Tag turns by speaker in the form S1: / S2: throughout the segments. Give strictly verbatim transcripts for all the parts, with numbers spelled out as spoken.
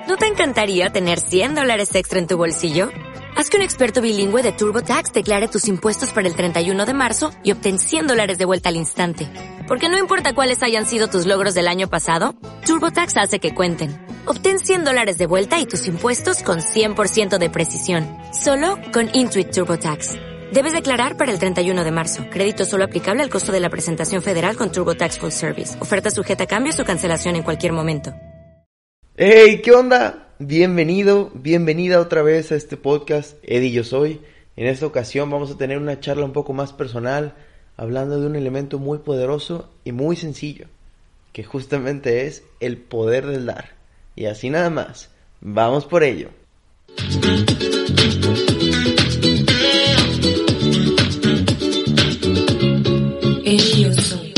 S1: ¿No te encantaría tener cien dólares extra en tu bolsillo? Haz que un experto bilingüe de TurboTax declare tus impuestos para el treinta y uno de marzo y obtén cien dólares de vuelta al instante. Porque no importa cuáles hayan sido tus logros del año pasado, TurboTax hace que cuenten. Obtén cien dólares de vuelta y tus impuestos con cien por ciento de precisión. Solo con Intuit TurboTax. Debes declarar para el treinta y uno de marzo. Crédito solo aplicable al costo de la presentación federal con TurboTax Full Service. Oferta sujeta a cambios o cancelación en cualquier momento.
S2: ¡Hey! ¿Qué onda? Bienvenido, bienvenida otra vez a este podcast, Eddie Yo Soy. En esta ocasión vamos a tener una charla un poco más personal, hablando de un elemento muy poderoso y muy sencillo, que justamente es el poder del dar. Y así nada más, vamos por ello.
S1: Eddie Yo Soy.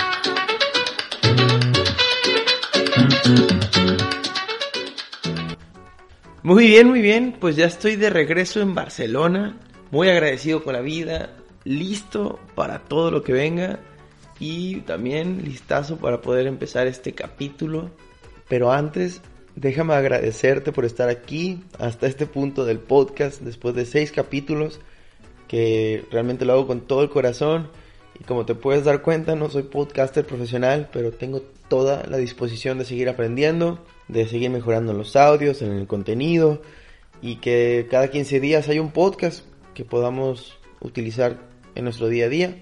S2: Muy bien, muy bien, pues ya estoy de regreso en Barcelona, muy agradecido con la vida, listo para todo lo que venga y también listazo para poder empezar este capítulo. Pero antes, déjame agradecerte por estar aquí hasta este punto del podcast, después de seis capítulos, que realmente lo hago con todo el corazón. Y como te puedes dar cuenta, no soy podcaster profesional, pero tengo toda la disposición de seguir aprendiendo, de seguir mejorando en los audios, en el contenido, y que cada quince días haya un podcast que podamos utilizar en nuestro día a día.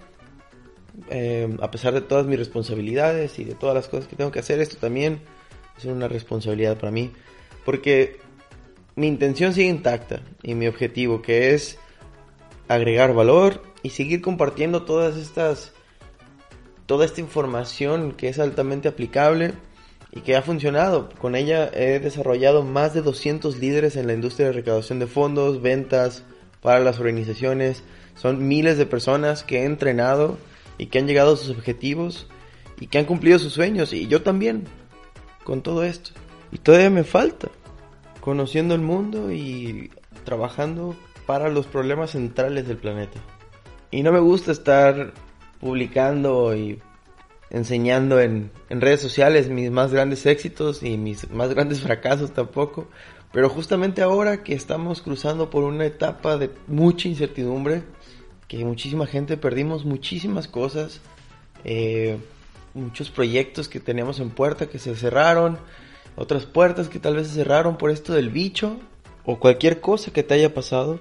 S2: Eh, a pesar de todas mis responsabilidades y de todas las cosas que tengo que hacer, esto también es una responsabilidad para mí, porque mi intención sigue intacta y mi objetivo, que es agregar valor y seguir compartiendo todas estas toda esta información que es altamente aplicable y que ha funcionado. Con ella he desarrollado más de doscientos líderes en la industria de recaudación de fondos, ventas para las organizaciones. Son miles de personas que he entrenado y que han llegado a sus objetivos y que han cumplido sus sueños, y yo también con todo esto. Y todavía me falta, conociendo el mundo y trabajando para los problemas centrales del planeta. Y no me gusta estar publicando y enseñando en, en redes sociales mis más grandes éxitos y mis más grandes fracasos tampoco. Pero justamente ahora que estamos cruzando por una etapa de mucha incertidumbre, que muchísima gente perdimos muchísimas cosas, eh, muchos proyectos que teníamos en puerta que se cerraron, otras puertas que tal vez se cerraron por esto del bicho o cualquier cosa que te haya pasado.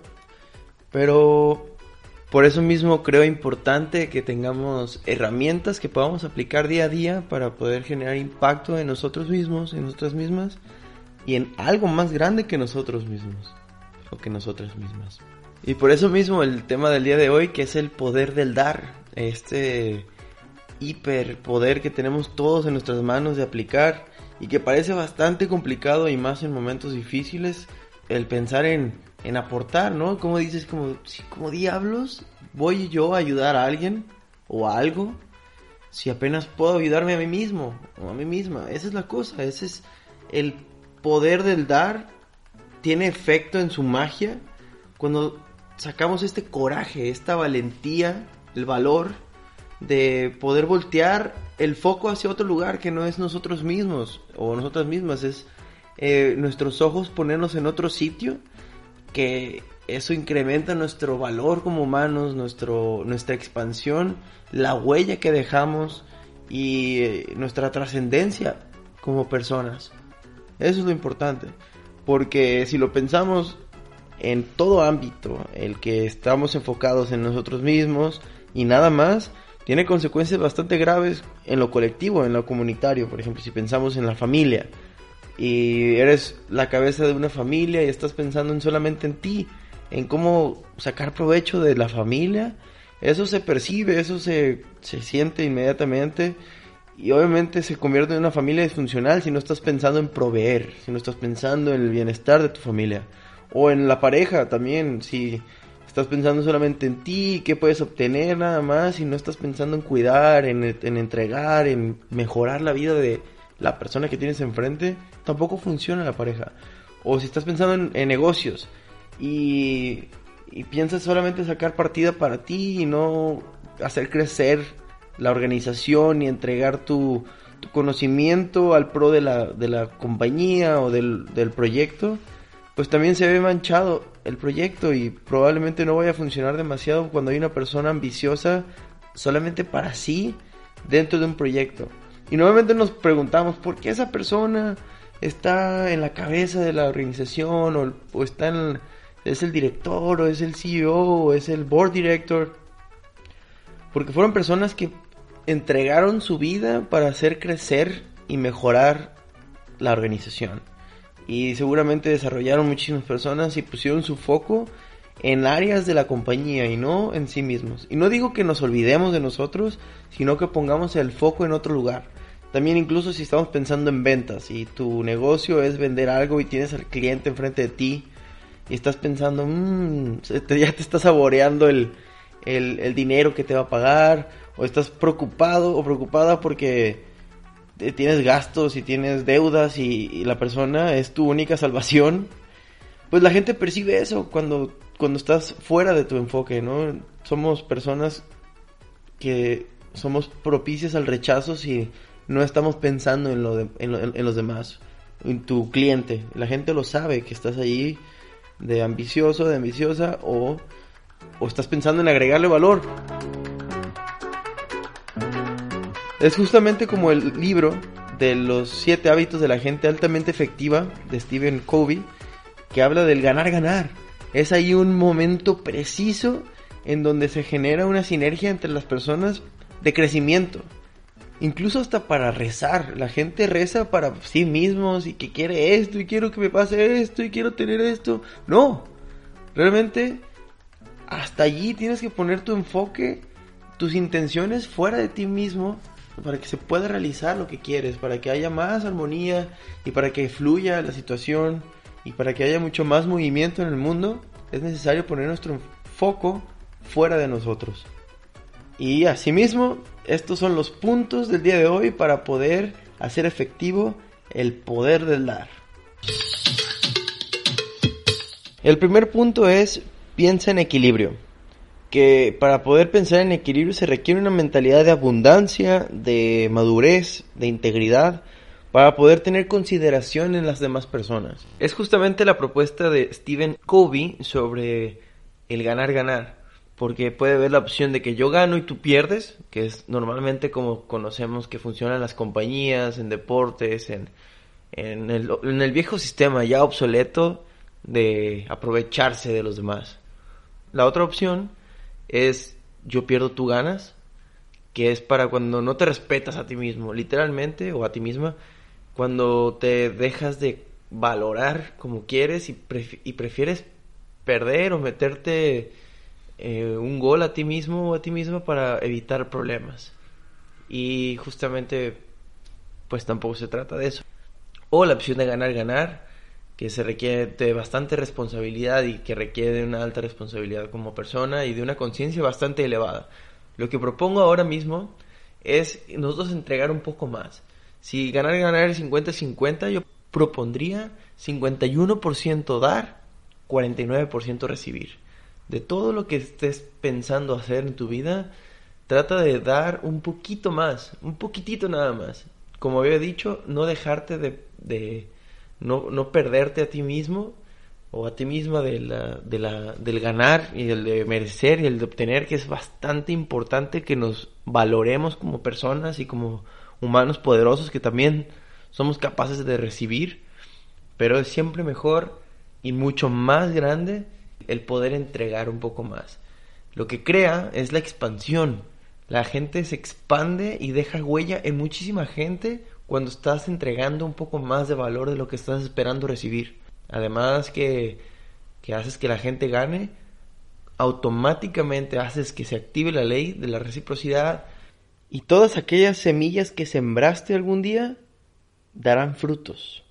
S2: Pero por eso mismo creo importante que tengamos herramientas que podamos aplicar día a día para poder generar impacto en nosotros mismos, en nosotras mismas y en algo más grande que nosotros mismos o que nosotras mismas. Y por eso mismo el tema del día de hoy, que es el poder del dar, este hiperpoder que tenemos todos en nuestras manos de aplicar y que parece bastante complicado, y más en momentos difíciles, el pensar en en aportar, ¿no? Como dices, como, si, como diablos voy yo a ayudar a alguien o a algo si apenas puedo ayudarme a mí mismo o a mí misma. Esa es la cosa, ese es el poder del dar. Tiene efecto en su magia cuando sacamos este coraje, esta valentía, el valor de poder voltear el foco hacia otro lugar que no es nosotros mismos o nosotras mismas, es eh, nuestros ojos ponernos en otro sitio, que eso incrementa nuestro valor como humanos, nuestro, nuestra expansión, la huella que dejamos y eh, nuestra trascendencia como personas. Eso es lo importante, porque si lo pensamos en todo ámbito, el que estamos enfocados en nosotros mismos y nada más, tiene consecuencias bastante graves en lo colectivo, en lo comunitario. Por ejemplo, si pensamos en la familia y eres la cabeza de una familia y estás pensando en solamente en ti, en cómo sacar provecho de la familia, eso se percibe, eso se, se siente inmediatamente, y obviamente se convierte en una familia disfuncional si no estás pensando en proveer, si no estás pensando en el bienestar de tu familia. O en la pareja también, si estás pensando solamente en ti, qué puedes obtener nada más, y no estás pensando en cuidar, en, en entregar, en mejorar la vida de la persona que tienes enfrente, tampoco funciona la pareja. O si estás pensando en, en negocios y, y piensas solamente sacar partida para ti y no hacer crecer la organización y entregar tu, tu conocimiento al pro de la, de la compañía o del, del proyecto, pues también se ve manchado el proyecto y probablemente no vaya a funcionar demasiado cuando hay una persona ambiciosa solamente para sí dentro de un proyecto. Y normalmente nos preguntamos por qué esa persona está en la cabeza de la organización o, o está en, es el director o es el C E O o es el board director, porque fueron personas que entregaron su vida para hacer crecer y mejorar la organización. Y seguramente desarrollaron muchísimas personas y pusieron su foco en áreas de la compañía y no en sí mismos. Y no digo que nos olvidemos de nosotros, sino que pongamos el foco en otro lugar. También incluso si estamos pensando en ventas y tu negocio es vender algo y tienes al cliente enfrente de ti y estás pensando, mmm, ya te estás saboreando el, el, el dinero que te va a pagar, o estás preocupado o preocupada porque tienes gastos y tienes deudas y, y la persona es tu única salvación, pues la gente percibe eso cuando, cuando estás fuera de tu enfoque, ¿no? Somos personas que somos propicias al rechazo si no estamos pensando en, lo de, en, lo, en los demás, en tu cliente. La gente lo sabe que estás ahí de ambicioso, de ambiciosa, o, o estás pensando en agregarle valor. Es justamente como el libro de los siete hábitos de la gente altamente efectiva de Stephen Covey, que habla del ganar-ganar. Es ahí un momento preciso en donde se genera una sinergia entre las personas de crecimiento. Incluso hasta para rezar. La gente reza para sí mismos y que quiere esto y quiero que me pase esto y quiero tener esto. No, realmente hasta allí tienes que poner tu enfoque, tus intenciones fuera de ti mismo, para que se pueda realizar lo que quieres, para que haya más armonía y para que fluya la situación y para que haya mucho más movimiento en el mundo. Es necesario poner nuestro foco fuera de nosotros. Y asimismo, estos son los puntos del día de hoy para poder hacer efectivo el poder del dar. El primer punto es: piensa en equilibrio. Que para poder pensar en equilibrio se requiere una mentalidad de abundancia, de madurez, de integridad, para poder tener consideración en las demás personas. Es justamente la propuesta de Stephen Covey sobre el ganar-ganar, porque puede haber la opción de que yo gano y tú pierdes, que es normalmente como conocemos que funcionan las compañías, en deportes, en, en, el, en el viejo sistema ya obsoleto de aprovecharse de los demás. La otra opción es yo pierdo, tú ganas, que es para cuando no te respetas a ti mismo, literalmente, o a ti misma, cuando te dejas de valorar como quieres y, pref- y prefieres perder o meterte eh, un gol a ti mismo o a ti misma para evitar problemas. Y justamente pues tampoco se trata de eso. O la opción de ganar-ganar, que se requiere de bastante responsabilidad y que requiere de una alta responsabilidad como persona y de una conciencia bastante elevada. Lo que propongo ahora mismo es nosotros entregar un poco más. Si ganar-ganar es cincuenta cincuenta, yo propondría cincuenta y uno por ciento dar, cuarenta y nueve por ciento recibir. De todo lo que estés pensando hacer en tu vida, trata de dar un poquito más, un poquitito nada más. Como había dicho, no dejarte de... de No, no perderte a ti mismo o a ti misma de la, de la, del ganar y el de merecer y el de obtener, que es bastante importante que nos valoremos como personas y como humanos poderosos que también somos capaces de recibir, pero es siempre mejor y mucho más grande el poder entregar un poco más. Lo que crea es la expansión. La gente se expande y deja huella en muchísima gente cuando estás entregando un poco más de valor de lo que estás esperando recibir. Además que, que haces que la gente gane, automáticamente haces que se active la ley de la reciprocidad y todas aquellas semillas que sembraste algún día darán frutos.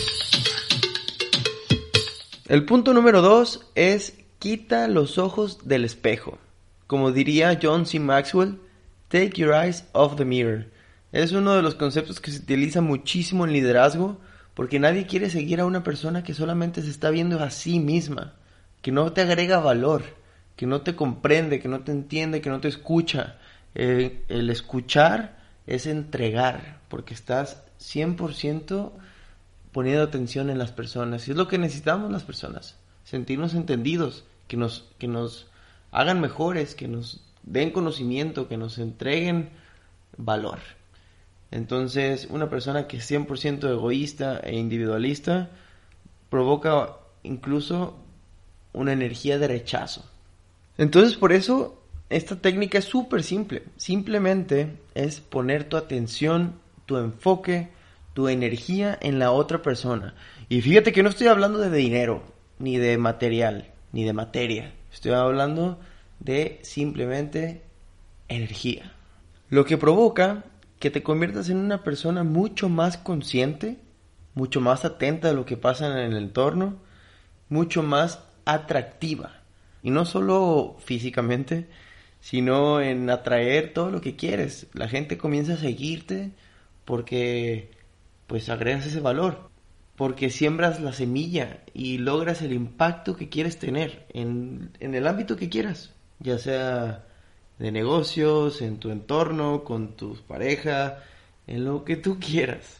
S2: El punto número dos es: quita los ojos del espejo. Como diría John C. Maxwell, take your eyes off the mirror. Es uno de los conceptos que se utiliza muchísimo en liderazgo, porque nadie quiere seguir a una persona que solamente se está viendo a sí misma, que no te agrega valor, que no te comprende, que no te entiende, que no te escucha. Eh, el escuchar es entregar, porque estás cien por ciento poniendo atención en las personas. Y es lo que necesitamos las personas, sentirnos entendidos, que nos, que nos hagan mejores, que nos den conocimiento, que nos entreguen valor. Entonces, una persona que es cien por ciento egoísta e individualista provoca incluso una energía de rechazo. Entonces, por eso, esta técnica es súper simple. Simplemente es poner tu atención, tu enfoque, tu energía en la otra persona. Y fíjate que no estoy hablando de dinero, ni de material, ni de materia. Estoy hablando de simplemente energía. Lo que provoca que te conviertas en una persona mucho más consciente, mucho más atenta a lo que pasa en el entorno, mucho más atractiva. Y no solo físicamente, sino en atraer todo lo que quieres. La gente comienza a seguirte porque pues agregas ese valor, porque siembras la semilla y logras el impacto que quieres tener en, en el ámbito que quieras, ya sea de negocios, en tu entorno, con tu pareja, en lo que tú quieras.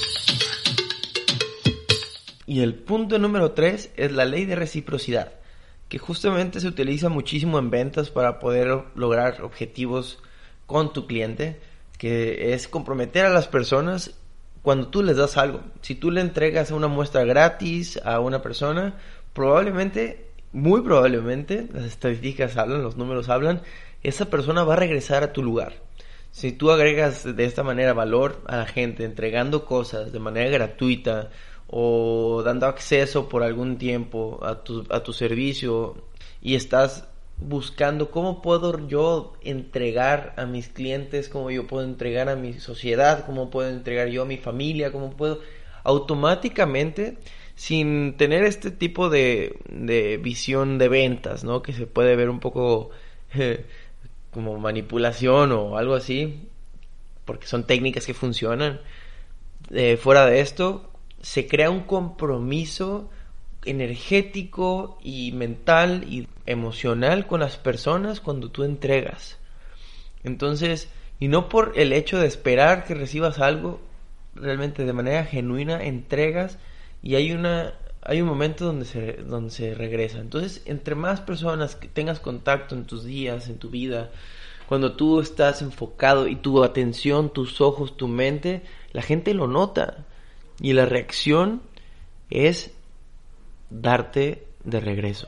S2: Y el punto número tres es la ley de reciprocidad, que justamente se utiliza muchísimo en ventas para poder lograr objetivos con tu cliente, que es comprometer a las personas cuando tú les das algo. Si tú le entregas una muestra gratis a una persona, probablemente, muy probablemente, las estadísticas hablan, los números hablan, esa persona va a regresar a tu lugar. Si tú agregas de esta manera valor a la gente, entregando cosas de manera gratuita o dando acceso por algún tiempo a tu, a tu servicio, y estás buscando cómo puedo yo entregar a mis clientes, cómo yo puedo entregar a mi sociedad, cómo puedo entregar yo a mi familia, cómo puedo automáticamente, sin tener este tipo de, de visión de ventas, ¿no? Que se puede ver un poco eh, como manipulación o algo así, porque son técnicas que funcionan. Eh, fuera de esto, se crea un compromiso energético y mental y emocional con las personas cuando tú entregas. Entonces, y no por el hecho de esperar que recibas algo, realmente de manera genuina entregas, y hay una hay un momento donde se donde se regresa. Entonces, entre más personas que tengas contacto en tus días, en tu vida, cuando tú estás enfocado y tu atención, tus ojos, tu mente, la gente lo nota, y la reacción es darte de regreso.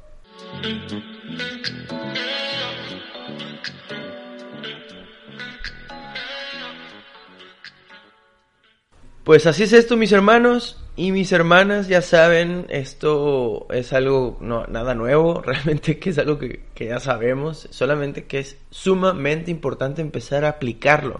S2: Pues así es esto, mis hermanos y mis hermanas, ya saben, esto es algo no, nada nuevo, realmente que es algo que, que ya sabemos, solamente que es sumamente importante empezar a aplicarlo,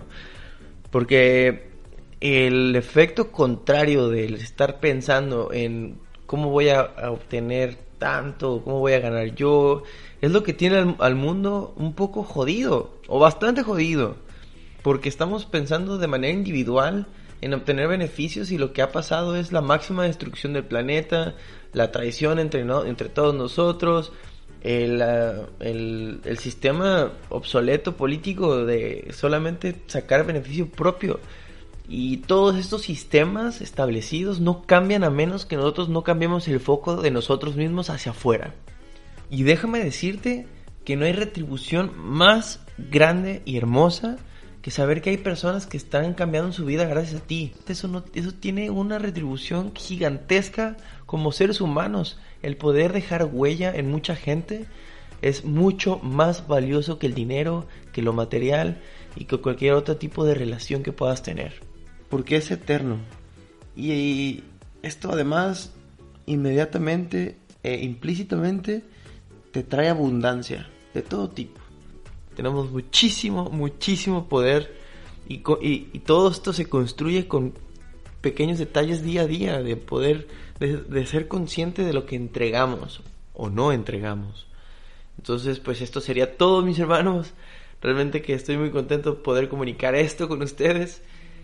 S2: porque el efecto contrario del estar pensando en cómo voy a, a obtener tanto, cómo voy a ganar yo, es lo que tiene al, al mundo un poco jodido, o bastante jodido, porque estamos pensando de manera individual en obtener beneficios, y lo que ha pasado es la máxima destrucción del planeta, la traición entre, no, entre todos nosotros, el, el, el sistema obsoleto político de solamente sacar beneficio propio. Y todos estos sistemas establecidos no cambian a menos que nosotros no cambiemos el foco de nosotros mismos hacia afuera. Y déjame decirte que no hay retribución más grande y hermosa que saber que hay personas que están cambiando su vida gracias a ti. Eso, no, eso tiene una retribución gigantesca como seres humanos. El poder dejar huella en mucha gente es mucho más valioso que el dinero, que lo material y que cualquier otro tipo de relación que puedas tener. Porque es eterno. Y, y esto además inmediatamente e implícitamente te trae abundancia de todo tipo. Tenemos muchísimo, muchísimo poder, y, y, y todo esto se construye con pequeños detalles día a día, de poder, de, de ser consciente de lo que entregamos o no entregamos. Entonces, pues esto sería todo, mis hermanos. Realmente que estoy muy contento de poder comunicar esto con ustedes.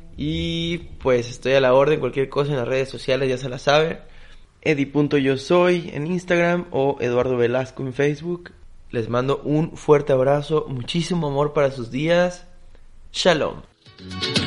S2: Y pues estoy a la orden, cualquier cosa en las redes sociales ya se la sabe. edi punto yo soy en Instagram o Eduardo Velasco en Facebook. Les mando un fuerte abrazo, muchísimo amor para sus días. Shalom.
S3: Bye.